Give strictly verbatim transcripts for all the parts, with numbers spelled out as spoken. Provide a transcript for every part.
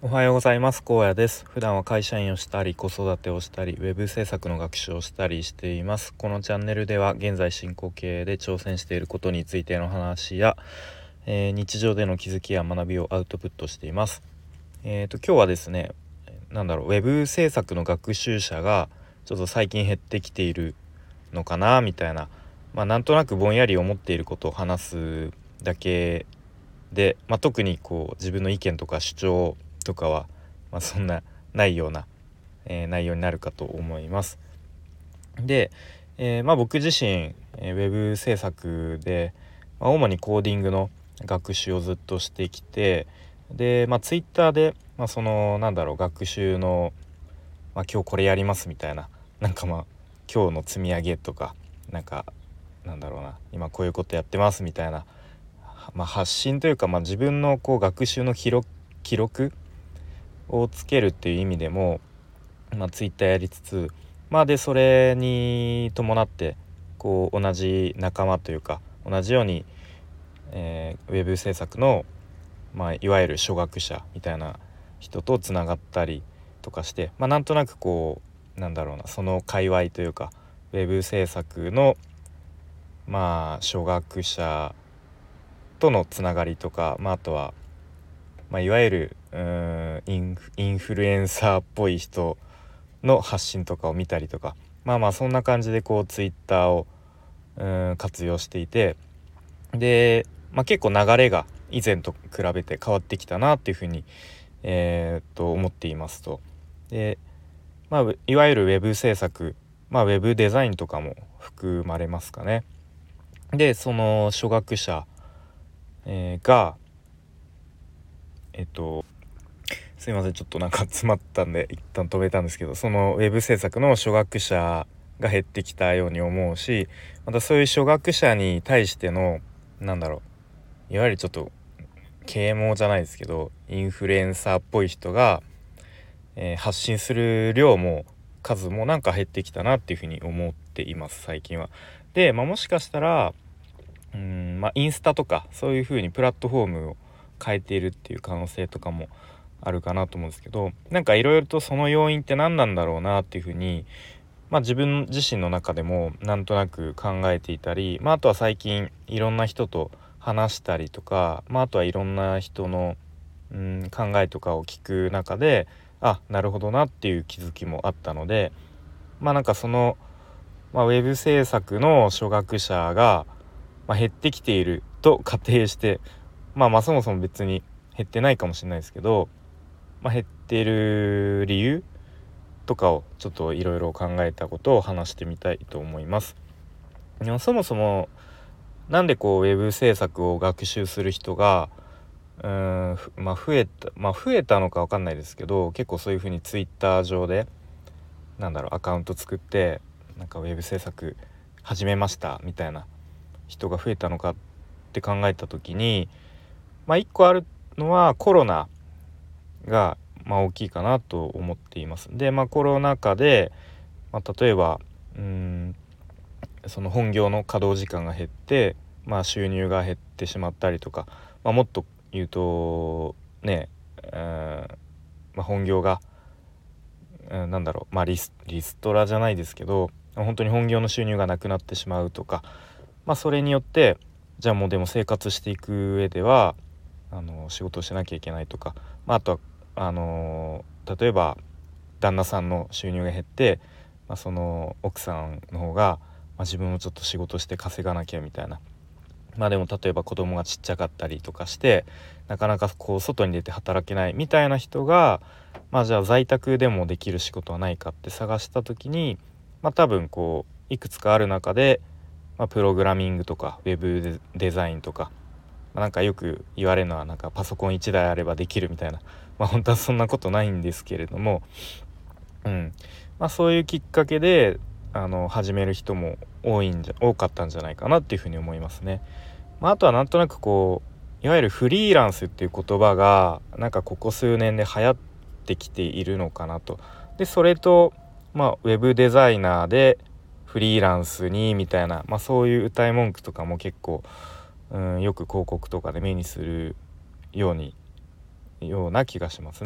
おはようございます。荒野です。普段は会社員をしたり子育てをしたりウェブ制作の学習をしたりしています。このチャンネルでは現在進行形で挑戦していることについての話や、えー日常での気づきや学びをアウトプットしています。えーと今日はですねなんだろうウェブ制作の学習者がちょっと最近減ってきているのかなみたいな、まあ、なんとなくぼんやり思っていることを話すだけで、まあ、特にこう自分の意見とか主張とかは、まあ、そんなないような、えー内容になるかと思います。で、えーまあ、僕自身、えーウェブ制作で、まあ、主にコーディングの学習をずっとしてきて、で、まあ、ツイッターで、まあ、そのなんだろう学習の、まあ、今日これやりますみたいな、なんかまあ今日の積み上げとか、なんかなんだろうな今こういうことやってますみたいな、まあ、発信というか、まあ、自分のこう学習の記録、記録をつけるっていう意味でも、まあ、ツイッターやりつつ、まあでそれに伴ってこう同じ仲間というか同じように、えーウェブ制作の、まあ、いわゆる初学者みたいな人とつながったりとかして、まあ、なんとなくこうなんだろうなその界隈というかウェブ制作のまあ初学者とのつながりとか、まあ、あとは、まあ、いわゆるうーんインフ、インフルエンサーっぽい人の発信とかを見たりとか、まあまあそんな感じでこうツイッターをうーん活用していて、で、まあ、結構流れが以前と比べて変わってきたなっていうふうに、えーっと思っていますと。で、まあ、いわゆるウェブ制作、まあ、ウェブデザインとかも含まれますかね。でその初学者、えーがえっとすいませんちょっとなんか詰まったんで一旦止めたんですけど、そのウェブ制作の初学者が減ってきたように思うし、またそういう初学者に対してのなんだろういわゆるちょっと啓蒙じゃないですけどインフルエンサーっぽい人が、えー発信する量も数もなんか減ってきたなっていうふうに思っています最近は。で、まあ、もしかしたらうーん、まあ、インスタとかそういうふうにプラットフォームを変えているっていう可能性とかもあるかなと思うんですけど、なんかいろいろとその要因って何なんだろうなっていうふうに、まあ、自分自身の中でもなんとなく考えていたり、まあ、あとは最近いろんな人と話したりとか、まあ、あとはいろんな人のうん考えとかを聞く中で、あ、なるほどなっていう気づきもあったので、まあなんかその、まあ、ウェブ制作の初学者が、まあ、減ってきていると仮定して、まあまあそもそも別に減ってないかもしれないですけど、まあ、減っている理由とかをちょっといろいろ考えたことを話してみたいと思います。でもそもそもなんでこうウェブ制作を学習する人がうーんふまあ増えたまあ増えたのか分かんないですけど、結構そういうふうにツイッター上でなんだろうアカウント作ってなんかウェブ制作始めましたみたいな人が増えたのかって考えた時に、まあ一個あるのはコロナがまあ大きいかなと思っています。で、まあコロナ禍で、まあ、例えばうーんその本業の稼働時間が減って、まあ、収入が減ってしまったりとか、まあ、もっと言うとね、えーまあ、本業が、えーなんだろう、まあ、リス、リストラじゃないですけど本当に本業の収入がなくなってしまうとか、まあ、それによってじゃあもうでも生活していく上ではあの仕事をしなきゃいけないとか、まあ、あとはあの例えば旦那さんの収入が減って、まあ、その奥さんの方が、まあ、自分もちょっと仕事して稼がなきゃみたいな、まあでも例えば子供がちっちゃかったりとかしてなかなかこう外に出て働けないみたいな人が、まあじゃあ在宅でもできる仕事はないかって探した時に、まあ多分こういくつかある中で、まあ、プログラミングとかウェブデデザインとか、まあ、なんかよく言われるのはなんかパソコンいちだいあればできるみたいな、まあ本当はそんなことないんですけれども、うんまあ、そういうきっかけであの始める人も多いんじゃ多かったんじゃないかなっていうふうに思いますね。まあ、あとはなんとなくこういわゆるフリーランスっていう言葉がなんかここ数年で流行ってきているのかなと。でそれと、まあ、ウェブデザイナーでフリーランスにみたいな、まあ、そういう歌い文句とかも結構、うん、よく広告とかで目にするようにような気がしますね。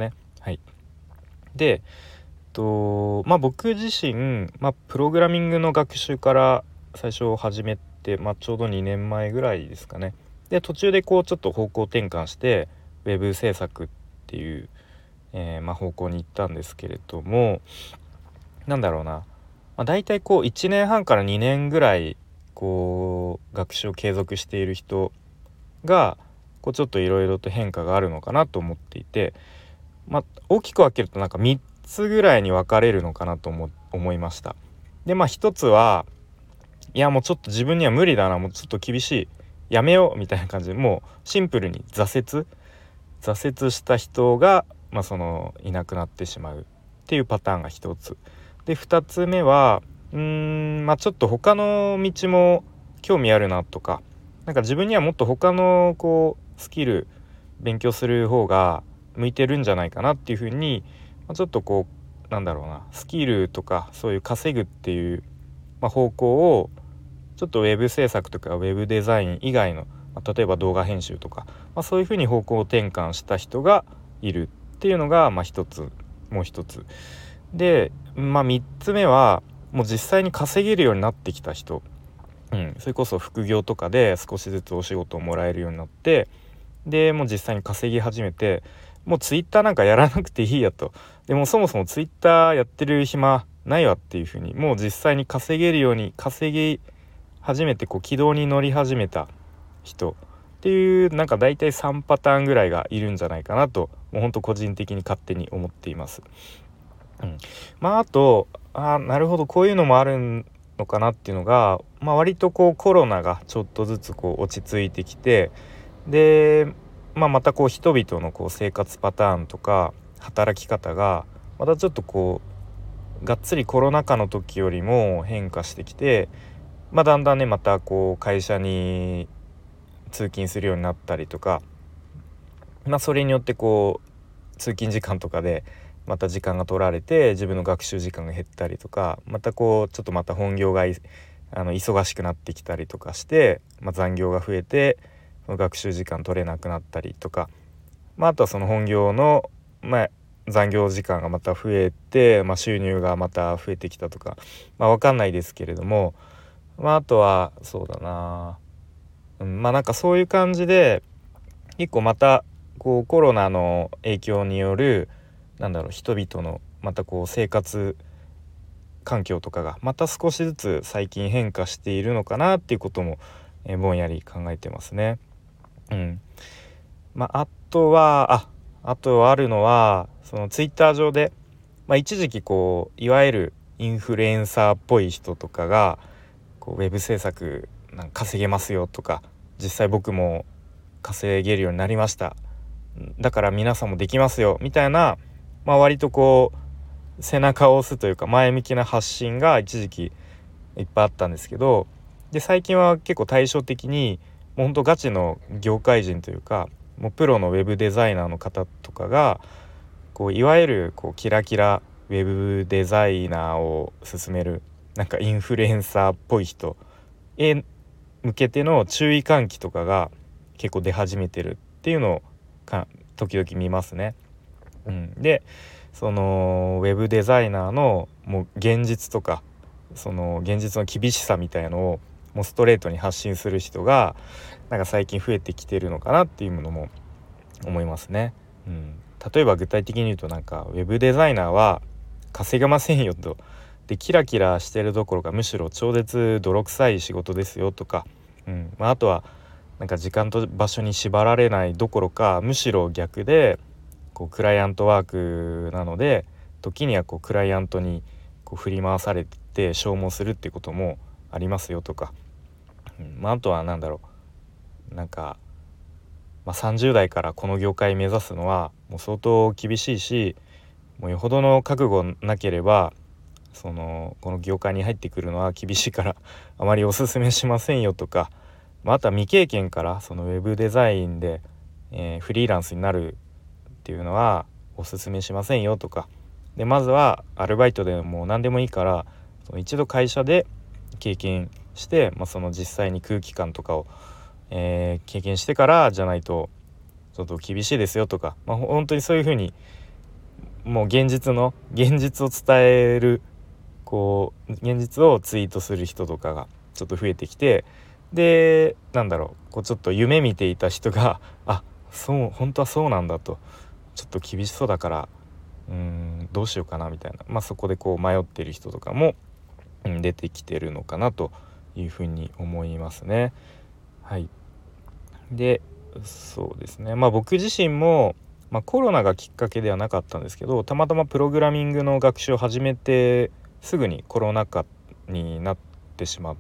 はい。で、とまあ、僕自身、まあ、プログラミングの学習から最初始めて、まあ、ちょうどにねんまえぐらいですかね。で途中でこうちょっと方向転換してウェブ制作っていう、えーまあ、方向に行ったんですけれども、なんだろうな、まあ、大体こういちねんはんからにねんぐらいこう学習を継続している人がこうちょっといろいろと変化があるのかなと思っていて、まあ、大きく分けるとなんかみっつぐらいに分かれるのかなと思思いました。でまあ一つはいやもうちょっと自分には無理だな、もうちょっと厳しい、やめようみたいな感じで、もうシンプルに挫折挫折した人が、まあ、そのいなくなってしまうっていうパターンが一つで、二つ目はうーんまあちょっと他の道も興味あるなとか、なんか自分にはもっと他のこうスキル勉強する方が向いてるんじゃないかなっていうふうに、まあ、ちょっとこうなんだろうな、スキルとかそういう稼ぐっていう、まあ、方向をちょっとウェブ制作とかウェブデザイン以外の、まあ、例えば動画編集とか、まあ、そういうふうに方向転換した人がいるっていうのがまあ一つ、もう一つで、まあ三つ目はもう実際に稼げるようになってきた人、うん、それこそ副業とかで少しずつお仕事をもらえるようになって、でもう実際に稼ぎ始めて、もうツイッターなんかやらなくていいやと、でもそもそもツイッターやってる暇ないわっていうふうに、もう実際に稼げるように稼ぎ始めてこう軌道に乗り始めた人っていう、なんか大体さんパターンぐらいがいるんじゃないかなと、もうほんと個人的に勝手に思っています。うん、まああとあなるほどこういうのもあるのかなっていうのが、まあ、割とこうコロナがちょっとずつこう落ち着いてきて、で、まあ、またこう人々のこう生活パターンとか働き方がまたちょっとこうがっつりコロナ禍の時よりも変化してきて、まあ、だんだんねまたこう会社に通勤するようになったりとか、まあ、それによってこう通勤時間とかでまた時間が取られて自分の学習時間が減ったりとか、またこうちょっとまた本業がいあの忙しくなってきたりとかして、まあ、残業が増えてその学習時間取れなくなったりとか、まあ、あとはその本業の、まあ、残業時間がまた増えて、まあ、収入がまた増えてきたとか、まあ、分かんないですけれども、まあ、あとはそうだな、うん、まあなんかそういう感じで結構またこうコロナの影響によるなんだろう人々のまたこう生活環境とかがまた少しずつ最近変化しているのかなっていうことも、えーぼんやり考えてますね。うん。まああとはああとあるのはそのツイッター上で、まあ、一時期こういわゆるインフルエンサーっぽい人とかがこうウェブ制作なんか稼げますよとか、実際僕も稼げるようになりました、だから皆さんもできますよみたいな、まあ、割とこう背中を押すというか前向きな発信が一時期いっぱいあったんですけど、で最近は結構対照的にもうほんとガチの業界人というかもうプロのウェブデザイナーの方とかがこういわゆるこうキラキラウェブデザイナーを進めるなんかインフルエンサーっぽい人へ向けての注意喚起とかが結構出始めてるっていうのをか時々見ますね。うん、でそのウェブデザイナーのもう現実とかその現実の厳しさみたいのをもうストレートに発信する人がなんか最近増えてきてるのかなっていうのも思いますね。うん、例えば具体的に言うとなんかウェブデザイナーは稼げませんよと、でキラキラしてるどころかむしろ超絶泥臭い仕事ですよとか、うんまあ、あとはなんか時間と場所に縛られないどころかむしろ逆でこうクライアントワークなので時にはこうクライアントにこう振り回されて消耗するっていうこともありますよとか、うんまあ、あとはなんだろうなんか、まあ、さんじゅう代からこの業界目指すのはもう相当厳しいし、もうよほどの覚悟なければそのこの業界に入ってくるのは厳しいからあまりおすすめしませんよとか、まあ、あとは未経験からそのウェブデザインで、えーフリーランスになるっていうのはおすすめしませんよとかで、まずはアルバイトでも何でもいいからその一度会社で経験して、まあ、その実際に空気感とかを、えー経験してからじゃないとちょっと厳しいですよとか、まあ、本当にそういうふうにもう現実の現実を伝えるこう現実をツイートする人とかがちょっと増えてきて、でなんだろうこうちょっと夢見ていた人があそう本当はそうなんだと、ちょっと厳しそうだからうーんどうしようかなみたいな、まあ、そこでこう迷ってる人とかも、うん、出てきてるのかなというふうに思いますね。はい。でそうですね、まあ僕自身も、まあ、コロナがきっかけではなかったんですけど、たまたまプログラミングの学習を始めてすぐにコロナ禍になってしまって、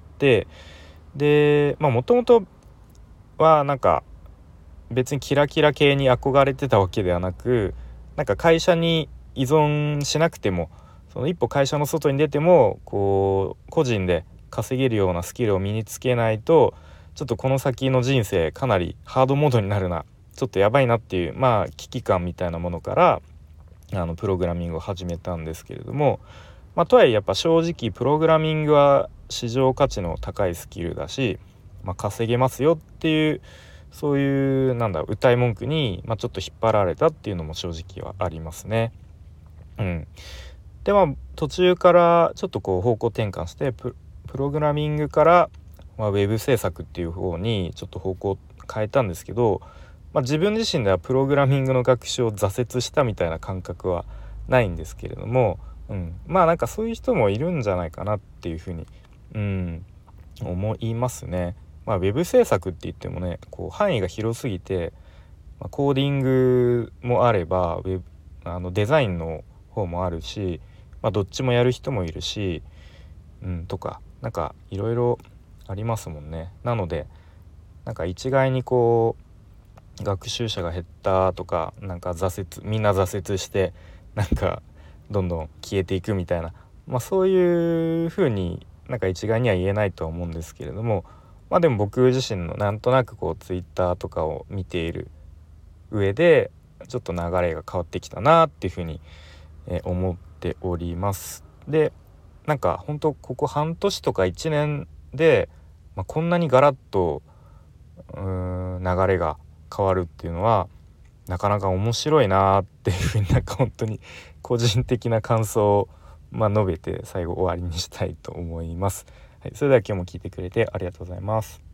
でまあもともとはなんか別にキラキラ系に憧れてたわけではなく、なんか会社に依存しなくても、その一歩会社の外に出てもこう個人で稼げるようなスキルを身につけないと、ちょっとこの先の人生かなりハードモードになるな、ちょっとやばいなっていう、まあ危機感みたいなものからあのプログラミングを始めたんですけれども、まあ、とはいえやっぱ正直プログラミングは市場価値の高いスキルだし、まあ、稼げますよっていうそういうなんだ歌い文句に、まあ、ちょっと引っ張られたっていうのも正直はありますね。うん、でまあ途中からちょっとこう方向転換してプ、プログラミングから、まあ、ウェブ制作っていう方にちょっと方向を変えたんですけど、まあ、自分自身ではプログラミングの学習を挫折したみたいな感覚はないんですけれども、うん、まあなんかそういう人もいるんじゃないかなっていうふうに、うん、思いますね。まあ、ウェブ制作って言ってもねこう範囲が広すぎて、まあ、コーディングもあればウェブあのデザインの方もあるし、まあ、どっちもやる人もいるし、うん、とかなんかいろいろありますもんね。なのでなんか一概にこう学習者が減ったとか、なんか挫折みんな挫折してなんかどんどん消えていくみたいな、まあ、そういう風になんか一概には言えないとは思うんですけれども、まあでも僕自身のなんとなくこうツイッターとかを見ている上でちょっと流れが変わってきたなっていう風に、えー思っております。でなんか本当ここ半年とかいちねんで、まあ、こんなにガラッとうーん流れが変わるっていうのはなかなか面白いなっていうふうになんか本当に個人的な感想を、まあ、述べて最後終わりにしたいと思います。はい、それでは今日も聞いてくれてありがとうございます。